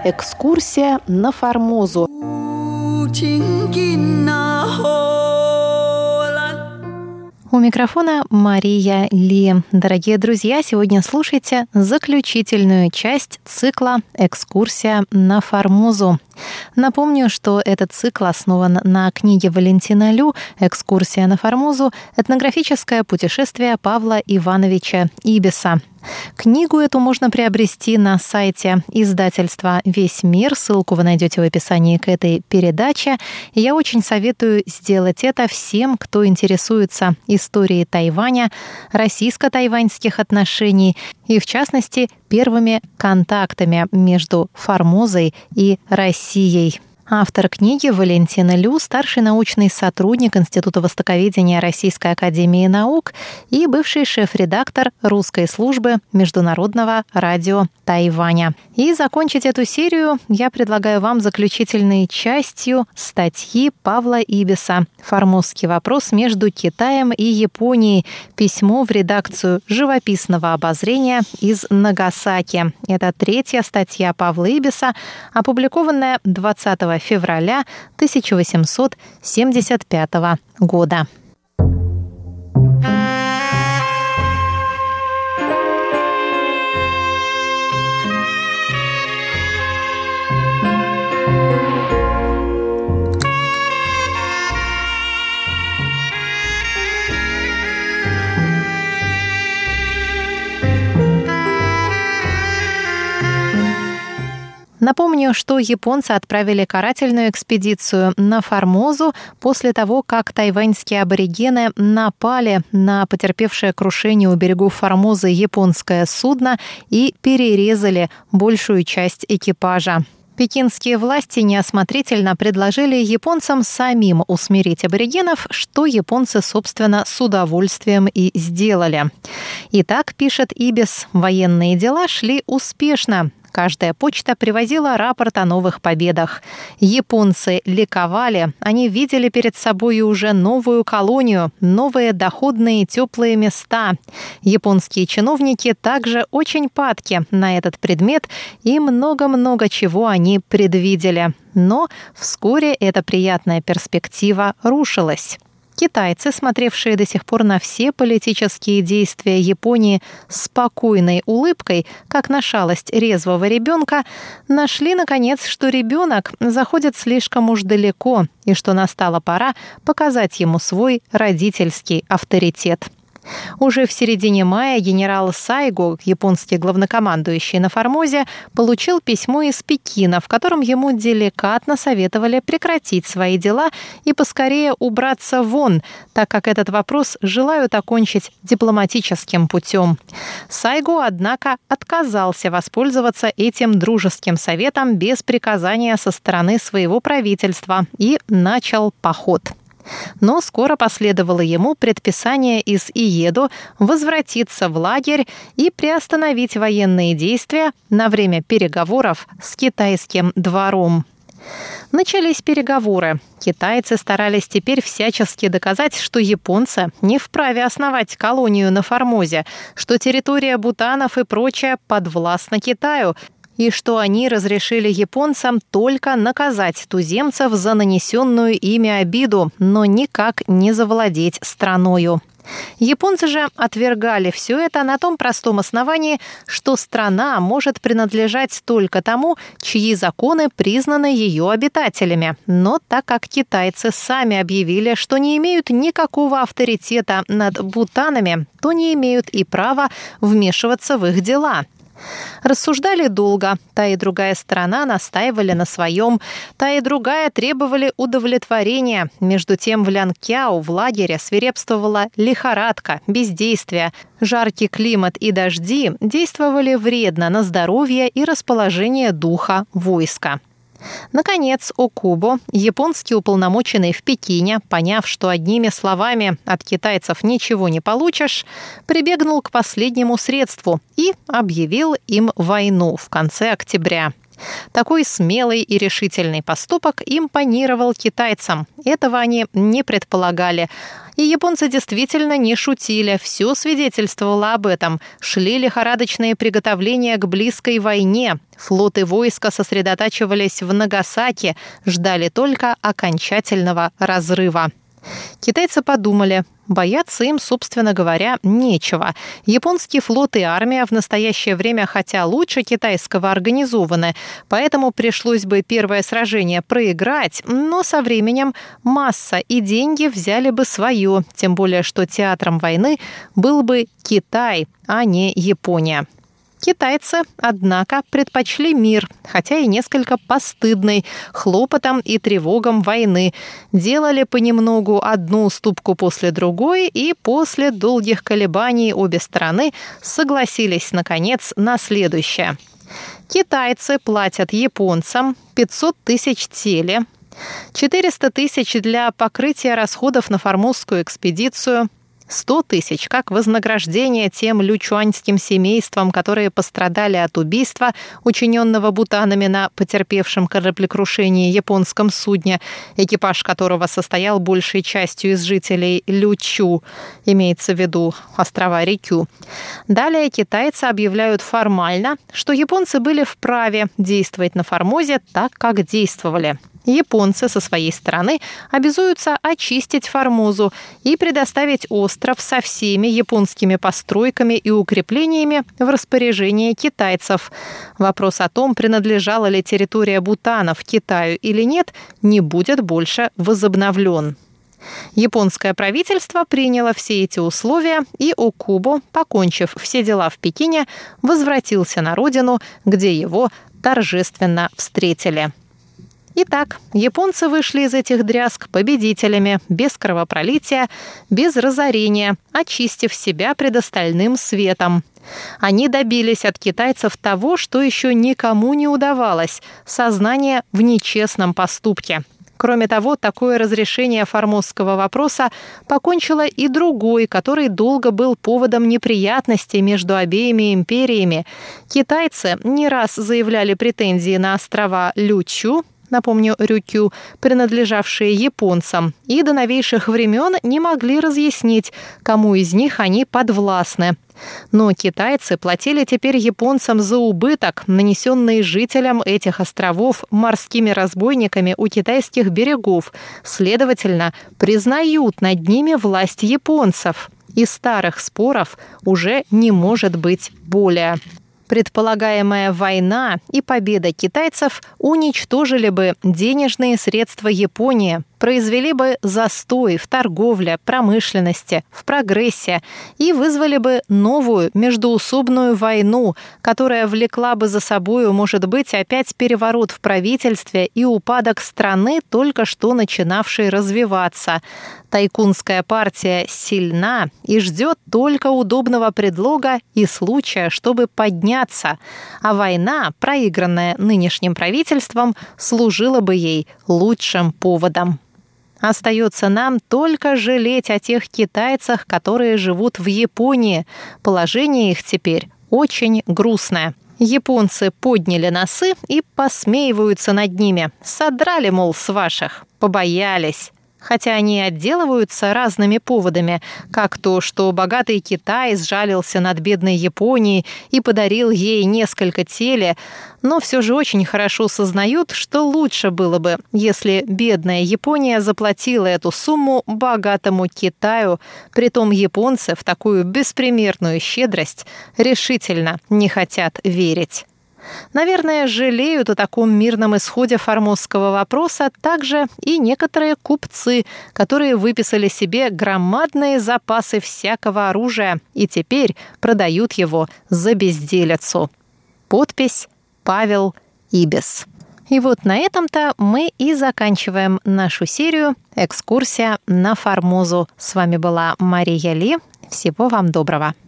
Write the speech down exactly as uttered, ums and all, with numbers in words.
Экскурсия на Формозу. У микрофона Мария Ли. Дорогие друзья, сегодня слушайте заключительную часть цикла «Экскурсия на Формозу». Напомню, что этот цикл основан на книге Валентина Лю «Экскурсия на Формозу. Этнографическое путешествие Павла Ивановича Ибиса». Книгу эту можно приобрести на сайте издательства «Весь мир». Ссылку вы найдете в описании к этой передаче. И я очень советую сделать это всем, кто интересуется историей Тайваня, российско-тайваньских отношений и, в частности, первыми контактами между Формозой и Россией. Автор книги Валентина Лю, старший научный сотрудник Института востоковедения Российской академии наук и бывший шеф-редактор русской службы Международного радио Тайваня. И закончить эту серию я предлагаю вам заключительной частью статьи Павла Ибиса «Формозский вопрос между Китаем и Японией. Письмо в редакцию живописного обозрения из Нагасаки». Это третья статья Павла Ибиса, опубликованная двадцатого февраля тысяча восемьсот семьдесят пятого года. Напомню, что японцы отправили карательную экспедицию на Формозу после того, как тайваньские аборигены напали на потерпевшее крушение у берегов Формозы японское судно и перерезали большую часть экипажа. Пекинские власти неосмотрительно предложили японцам самим усмирить аборигенов, что японцы, собственно, с удовольствием и сделали. Итак, пишет Ибис, военные дела шли успешно. Каждая почта привозила рапорт о новых победах. Японцы ликовали. Они видели перед собой уже новую колонию, новые доходные теплые места. Японские чиновники также очень падки на этот предмет, и много-много чего они предвидели. Но вскоре эта приятная перспектива рушилась. Китайцы, смотревшие до сих пор на все политические действия Японии с спокойной улыбкой, как на шалость резвого ребенка, нашли, наконец, что ребенок заходит слишком уж далеко и что настала пора показать ему свой родительский авторитет. Уже в середине мая генерал Сайго, японский главнокомандующий на Формозе, получил письмо из Пекина, в котором ему деликатно советовали прекратить свои дела и поскорее убраться вон, так как этот вопрос желают окончить дипломатическим путем. Сайго, однако, отказался воспользоваться этим дружеским советом без приказания со стороны своего правительства и начал поход. Но скоро последовало ему предписание из Иедо возвратиться в лагерь и приостановить военные действия на время переговоров с китайским двором. Начались переговоры. Китайцы старались теперь всячески доказать, что японцы не вправе основать колонию на Формозе, что территория Бутанов и прочее подвластна Китаю, и что они разрешили японцам только наказать туземцев за нанесенную ими обиду, но никак не завладеть страною. Японцы же отвергали все это на том простом основании, что страна может принадлежать только тому, чьи законы признаны ее обитателями. Но так как китайцы сами объявили, что не имеют никакого авторитета над Бутанами, то не имеют и права вмешиваться в их дела. Рассуждали долго. Та и другая сторона настаивали на своем. Та и другая требовали удовлетворения. Между тем в Лянкяо в лагере свирепствовала лихорадка, бездействие. Жаркий климат и дожди действовали вредно на здоровье и расположение духа войска. Наконец, Окубо, японский уполномоченный в Пекине, поняв, что одними словами от китайцев ничего не получишь, прибегнул к последнему средству и объявил им войну в конце октября. Такой смелый и решительный поступок импонировал китайцам. Этого они не предполагали. И японцы действительно не шутили. Все свидетельствовало об этом. Шли лихорадочные приготовления к близкой войне. Флоты войска сосредотачивались в Нагасаки, ждали только окончательного разрыва. Китайцы подумали, бояться им, собственно говоря, нечего. Японский флот и армия в настоящее время хотя лучше китайского организованы, поэтому пришлось бы первое сражение проиграть, но со временем масса и деньги взяли бы свое, тем более что театром войны был бы Китай, а не Япония. Китайцы, однако, предпочли мир, хотя и несколько постыдный, хлопотам и тревогам войны. Делали понемногу одну уступку после другой, и после долгих колебаний обе стороны согласились, наконец, на следующее. Китайцы платят японцам пятьсот тысяч теле, четыреста тысяч для покрытия расходов на формозскую экспедицию, сто тысяч как вознаграждение тем лючуаньским семействам, которые пострадали от убийства, учиненного бутанами на потерпевшем кораблекрушении японском судне, экипаж которого состоял большей частью из жителей Лючу, имеется в виду острова Рикю. Далее китайцы объявляют формально, что японцы были вправе действовать на Формозе так, как действовали. Японцы со своей стороны обязуются очистить Формозу и предоставить остров со всеми японскими постройками и укреплениями в распоряжение китайцев. Вопрос о том, принадлежала ли территория Бутанов Китаю или нет, не будет больше возобновлен. Японское правительство приняло все эти условия, и Окубо, покончив все дела в Пекине, возвратился на родину, где его торжественно встретили. Итак, японцы вышли из этих дрязг победителями, без кровопролития, без разорения, очистив себя пред остальным светом. Они добились от китайцев того, что еще никому не удавалось – сознание в нечестном поступке. Кроме того, такое разрешение формозского вопроса покончило и другой, который долго был поводом неприятностей между обеими империями. Китайцы не раз заявляли претензии на острова Лючу, напомню, Рюкю, принадлежавшие японцам, и до новейших времен не могли разъяснить, кому из них они подвластны. Но китайцы платили теперь японцам за убыток, нанесенный жителям этих островов морскими разбойниками у китайских берегов, следовательно, признают над ними власть японцев. И старых споров уже не может быть более. Предполагаемая война и победа китайцев уничтожили бы денежные средства Японии, произвели бы застой в торговле, промышленности, в прогрессе и вызвали бы новую междоусобную войну, которая влекла бы за собою, может быть, опять переворот в правительстве и упадок страны, только что начинавшей развиваться. Тайкунская партия сильна и ждет только удобного предлога и случая, чтобы подняться, а война, проигранная нынешним правительством, служила бы ей лучшим поводом. Остается нам только жалеть о тех китайцах, которые живут в Японии. Положение их теперь очень грустное. Японцы подняли носы и посмеиваются над ними. Содрали, мол, с ваших. Побоялись. Хотя они отделываются разными поводами, как то, что богатый Китай сжалился над бедной Японией и подарил ей несколько теле, но все же очень хорошо сознают, что лучше было бы, если бедная Япония заплатила эту сумму богатому Китаю, притом японцы в такую беспримерную щедрость решительно не хотят верить. Наверное, жалеют о таком мирном исходе формозского вопроса также и некоторые купцы, которые выписали себе громадные запасы всякого оружия и теперь продают его за безделицу. Подпись «Павел Ибис». И вот на этом-то мы и заканчиваем нашу серию «Экскурсия на Формозу». С вами была Мария Ли. Всего вам доброго.